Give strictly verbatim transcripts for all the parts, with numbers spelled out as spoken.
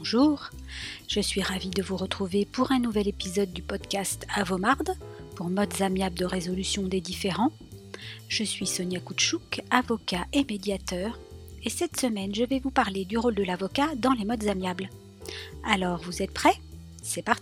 Bonjour, je suis ravie de vous retrouver pour un nouvel épisode du podcast Avomarde, pour modes amiables de résolution des différends. Je suis Sonia Koutchouk, avocat et médiateur, et cette semaine je vais vous parler du rôle de l'avocat dans les modes amiables. Alors vous êtes prêts ? C'est parti !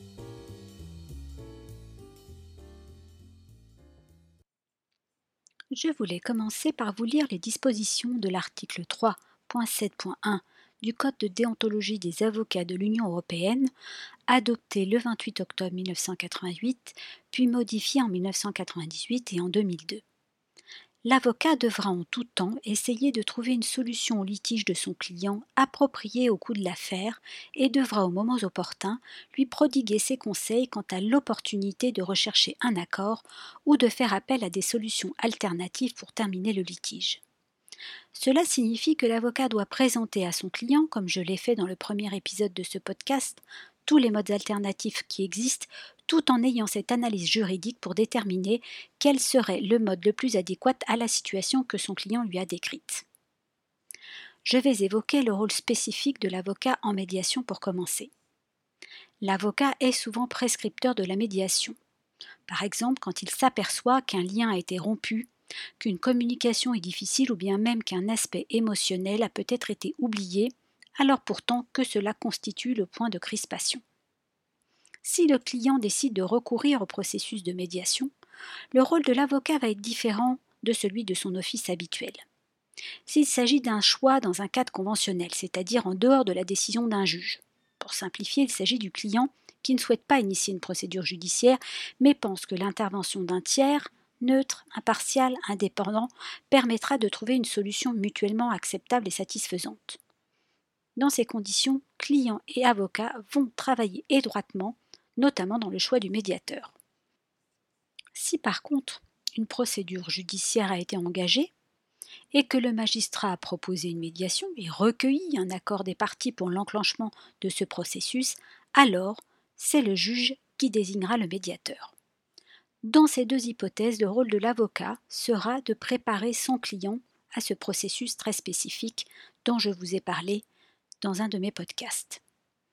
Je voulais commencer par vous lire les dispositions de l'article trois point sept point un du Code de déontologie des avocats de l'Union européenne, adopté le vingt-huit octobre mille neuf cent quatre-vingt-huit, puis modifié en mille neuf cent quatre-vingt-dix-huit et en deux mille deux. L'avocat devra en tout temps essayer de trouver une solution au litige de son client appropriée au coût de l'affaire et devra, aux moments opportuns, lui prodiguer ses conseils quant à l'opportunité de rechercher un accord ou de faire appel à des solutions alternatives pour terminer le litige. Cela signifie que l'avocat doit présenter à son client, comme je l'ai fait dans le premier épisode de ce podcast, tous les modes alternatifs qui existent, tout en ayant cette analyse juridique pour déterminer quel serait le mode le plus adéquat à la situation que son client lui a décrite. Je vais évoquer le rôle spécifique de l'avocat en médiation pour commencer. L'avocat est souvent prescripteur de la médiation. Par exemple, quand il s'aperçoit qu'un lien a été rompu, qu'une communication est difficile ou bien même qu'un aspect émotionnel a peut-être été oublié, alors pourtant que cela constitue le point de crispation. Si le client décide de recourir au processus de médiation, le rôle de l'avocat va être différent de celui de son office habituel. S'il s'agit d'un choix dans un cadre conventionnel, c'est-à-dire en dehors de la décision d'un juge, pour simplifier, il s'agit du client qui ne souhaite pas initier une procédure judiciaire, mais pense que l'intervention d'un tiers, neutre, impartial, indépendant, permettra de trouver une solution mutuellement acceptable et satisfaisante. Dans ces conditions, client et avocat vont travailler étroitement, notamment dans le choix du médiateur. Si par contre, une procédure judiciaire a été engagée et que le magistrat a proposé une médiation et recueilli un accord des parties pour l'enclenchement de ce processus, alors c'est le juge qui désignera le médiateur. Dans ces deux hypothèses, le rôle de l'avocat sera de préparer son client à ce processus très spécifique dont je vous ai parlé dans un de mes podcasts.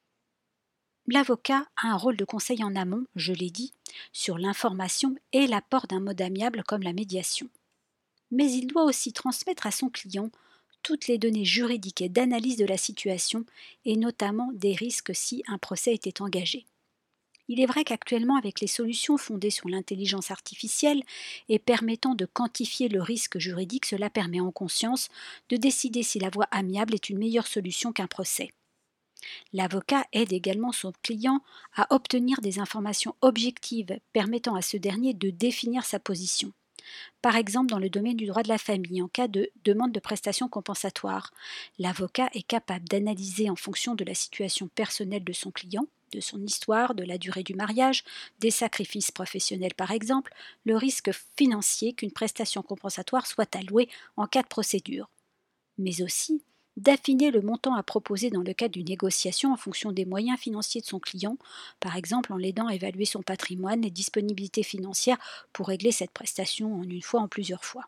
L'avocat a un rôle de conseil en amont, je l'ai dit, sur l'information et l'apport d'un mode amiable comme la médiation. Mais il doit aussi transmettre à son client toutes les données juridiques et d'analyse de la situation et notamment des risques si un procès était engagé. Il est vrai qu'actuellement, avec les solutions fondées sur l'intelligence artificielle et permettant de quantifier le risque juridique, cela permet en conscience de décider si la voie amiable est une meilleure solution qu'un procès. L'avocat aide également son client à obtenir des informations objectives permettant à ce dernier de définir sa position. Par exemple, dans le domaine du droit de la famille, en cas de demande de prestations compensatoires, l'avocat est capable d'analyser en fonction de la situation personnelle de son client, de son histoire, de la durée du mariage, des sacrifices professionnels par exemple, le risque financier qu'une prestation compensatoire soit allouée en cas de procédure, mais aussi d'affiner le montant à proposer dans le cadre d'une négociation en fonction des moyens financiers de son client, par exemple en l'aidant à évaluer son patrimoine et disponibilité financière pour régler cette prestation en une fois, en plusieurs fois.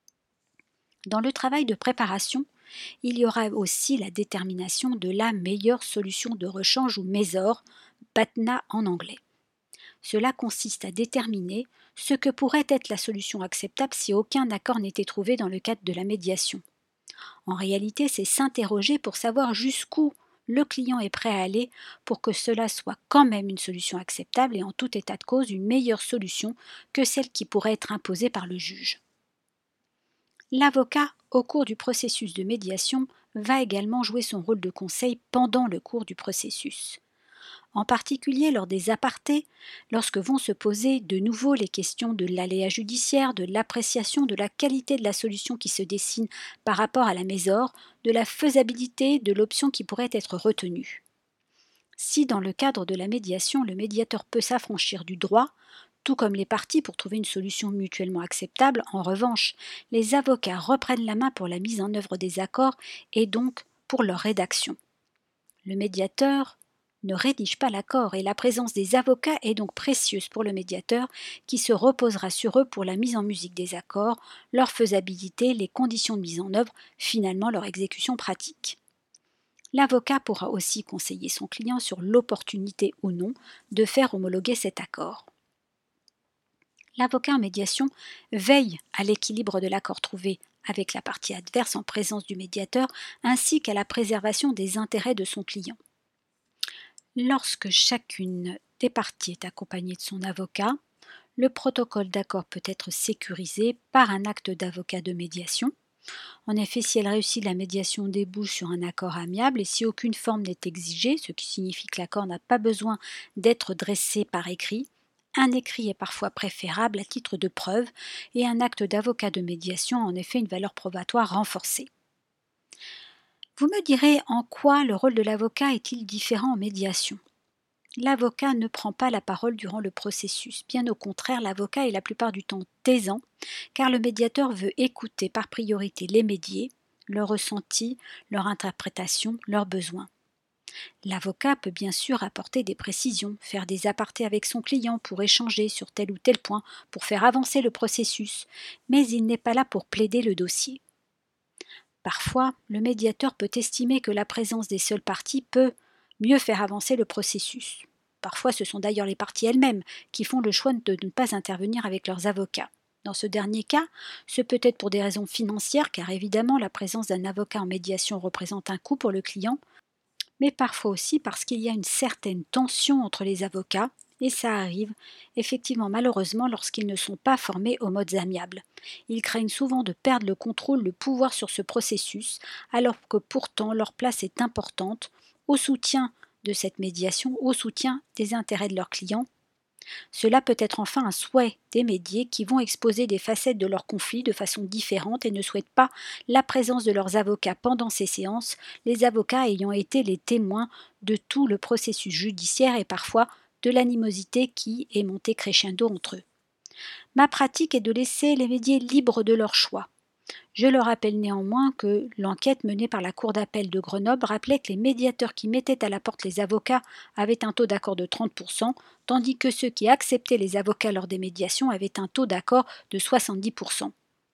Dans le travail de préparation, il y aura aussi la détermination de la meilleure solution de rechange ou mésor, B A T N A en anglais. Cela consiste à déterminer ce que pourrait être la solution acceptable si aucun accord n'était trouvé dans le cadre de la médiation. En réalité, c'est s'interroger pour savoir jusqu'où le client est prêt à aller pour que cela soit quand même une solution acceptable et en tout état de cause une meilleure solution que celle qui pourrait être imposée par le juge. L'avocat, au cours du processus de médiation, va également jouer son rôle de conseil pendant le cours du processus. En particulier lors des apartés, lorsque vont se poser de nouveau les questions de l'aléa judiciaire, de l'appréciation de la qualité de la solution qui se dessine par rapport à la mésor, de la faisabilité de l'option qui pourrait être retenue. Si dans le cadre de la médiation, le médiateur peut s'affranchir du droit, tout comme les parties pour trouver une solution mutuellement acceptable, en revanche, les avocats reprennent la main pour la mise en œuvre des accords et donc pour leur rédaction. Le médiateur ne rédige pas l'accord et la présence des avocats est donc précieuse pour le médiateur qui se reposera sur eux pour la mise en musique des accords, leur faisabilité, les conditions de mise en œuvre, finalement leur exécution pratique. L'avocat pourra aussi conseiller son client sur l'opportunité ou non de faire homologuer cet accord. L'avocat en médiation veille à l'équilibre de l'accord trouvé avec la partie adverse en présence du médiateur ainsi qu'à la préservation des intérêts de son client. Lorsque chacune des parties est accompagnée de son avocat, le protocole d'accord peut être sécurisé par un acte d'avocat de médiation. En effet, si elle réussit, la médiation débouche sur un accord amiable et si aucune forme n'est exigée, ce qui signifie que l'accord n'a pas besoin d'être dressé par écrit, un écrit est parfois préférable à titre de preuve et un acte d'avocat de médiation a en effet une valeur probatoire renforcée. Vous me direz en quoi le rôle de l'avocat est-il différent en médiation ? L'avocat ne prend pas la parole durant le processus. Bien au contraire, l'avocat est la plupart du temps taisant, car le médiateur veut écouter par priorité les médiés, leurs ressentis, leur interprétation, leurs besoins. L'avocat peut bien sûr apporter des précisions, faire des apartés avec son client pour échanger sur tel ou tel point, pour faire avancer le processus, mais il n'est pas là pour plaider le dossier. Parfois, le médiateur peut estimer que la présence des seules parties peut mieux faire avancer le processus. Parfois, ce sont d'ailleurs les parties elles-mêmes qui font le choix de ne pas intervenir avec leurs avocats. Dans ce dernier cas, ce peut être pour des raisons financières, car évidemment la présence d'un avocat en médiation représente un coût pour le client, mais parfois aussi parce qu'il y a une certaine tension entre les avocats, et ça arrive effectivement malheureusement lorsqu'ils ne sont pas formés aux modes amiables. Ils craignent souvent de perdre le contrôle, le pouvoir sur ce processus, alors que pourtant leur place est importante au soutien de cette médiation, au soutien des intérêts de leurs clients. Cela peut être enfin un souhait des médiés qui vont exposer des facettes de leurs conflits de façon différente et ne souhaitent pas la présence de leurs avocats pendant ces séances, les avocats ayant été les témoins de tout le processus judiciaire et parfois de l'animosité qui est montée crescendo entre eux. Ma pratique est de laisser les médiés libres de leur choix. Je leur rappelle néanmoins que l'enquête menée par la Cour d'appel de Grenoble rappelait que les médiateurs qui mettaient à la porte les avocats avaient un taux d'accord de trente pour cent, tandis que ceux qui acceptaient les avocats lors des médiations avaient un taux d'accord de soixante-dix pour cent.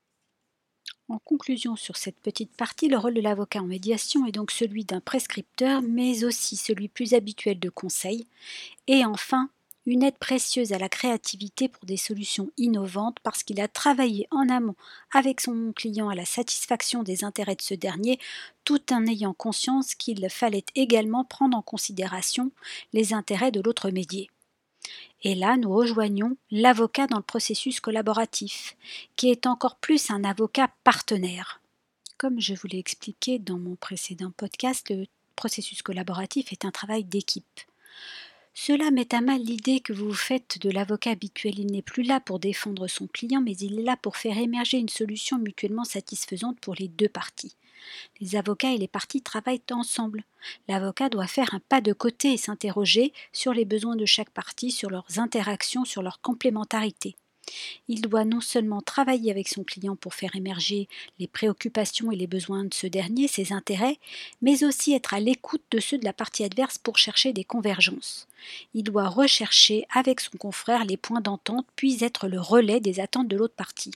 En conclusion sur cette petite partie, le rôle de l'avocat en médiation est donc celui d'un prescripteur, mais aussi celui plus habituel de conseil, et enfin une aide précieuse à la créativité pour des solutions innovantes parce qu'il a travaillé en amont avec son client à la satisfaction des intérêts de ce dernier, tout en ayant conscience qu'il fallait également prendre en considération les intérêts de l'autre médié. Et là, nous rejoignons l'avocat dans le processus collaboratif, qui est encore plus un avocat partenaire. Comme je vous l'ai expliqué dans mon précédent podcast, le processus collaboratif est un travail d'équipe. Cela met à mal l'idée que vous faites de l'avocat habituel. Il n'est plus là pour défendre son client, mais il est là pour faire émerger une solution mutuellement satisfaisante pour les deux parties. Les avocats et les parties travaillent ensemble. L'avocat doit faire un pas de côté et s'interroger sur les besoins de chaque partie, sur leurs interactions, sur leur complémentarité. Il doit non seulement travailler avec son client pour faire émerger les préoccupations et les besoins de ce dernier, ses intérêts, mais aussi être à l'écoute de ceux de la partie adverse pour chercher des convergences. Il doit rechercher avec son confrère les points d'entente, puis être le relais des attentes de l'autre partie.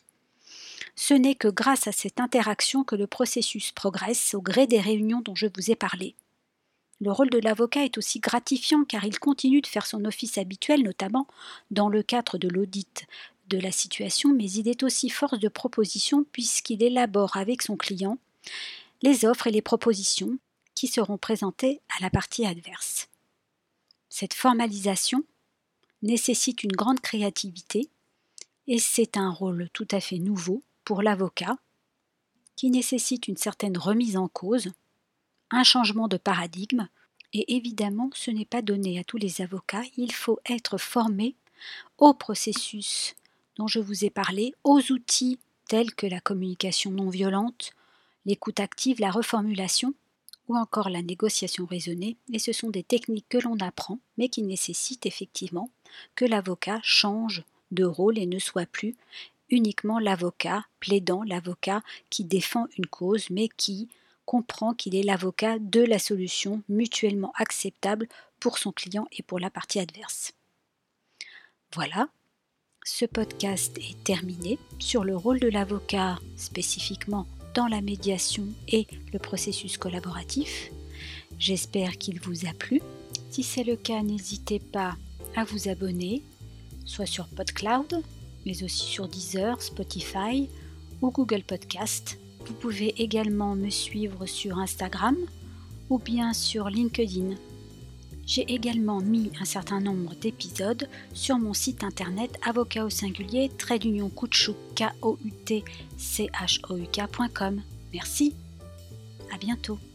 Ce n'est que grâce à cette interaction que le processus progresse au gré des réunions dont je vous ai parlé. Le rôle de l'avocat est aussi gratifiant car il continue de faire son office habituel, notamment dans le cadre de l'audit de la situation, mais il est aussi force de proposition puisqu'il élabore avec son client les offres et les propositions qui seront présentées à la partie adverse. Cette formalisation nécessite une grande créativité et c'est un rôle tout à fait nouveau pour l'avocat qui nécessite une certaine remise en cause, un changement de paradigme et évidemment ce n'est pas donné à tous les avocats, il faut être formé au processus dont je vous ai parlé, aux outils tels que la communication non violente, l'écoute active, la reformulation ou encore la négociation raisonnée, et ce sont des techniques que l'on apprend, mais qui nécessitent effectivement que l'avocat change de rôle et ne soit plus uniquement l'avocat plaidant, l'avocat qui défend une cause, mais qui comprend qu'il est l'avocat de la solution mutuellement acceptable pour son client et pour la partie adverse. Voilà. Ce podcast est terminé sur le rôle de l'avocat spécifiquement dans la médiation et le processus collaboratif. J'espère qu'il vous a plu. Si c'est le cas, n'hésitez pas à vous abonner, soit sur PodCloud, mais aussi sur Deezer, Spotify ou Google Podcast. Vous pouvez également me suivre sur Instagram ou bien sur LinkedIn. J'ai également mis un certain nombre d'épisodes sur mon site internet avocat au singulier trait d'union Koutchouk K O U T C H O U K point com. Merci, à bientôt.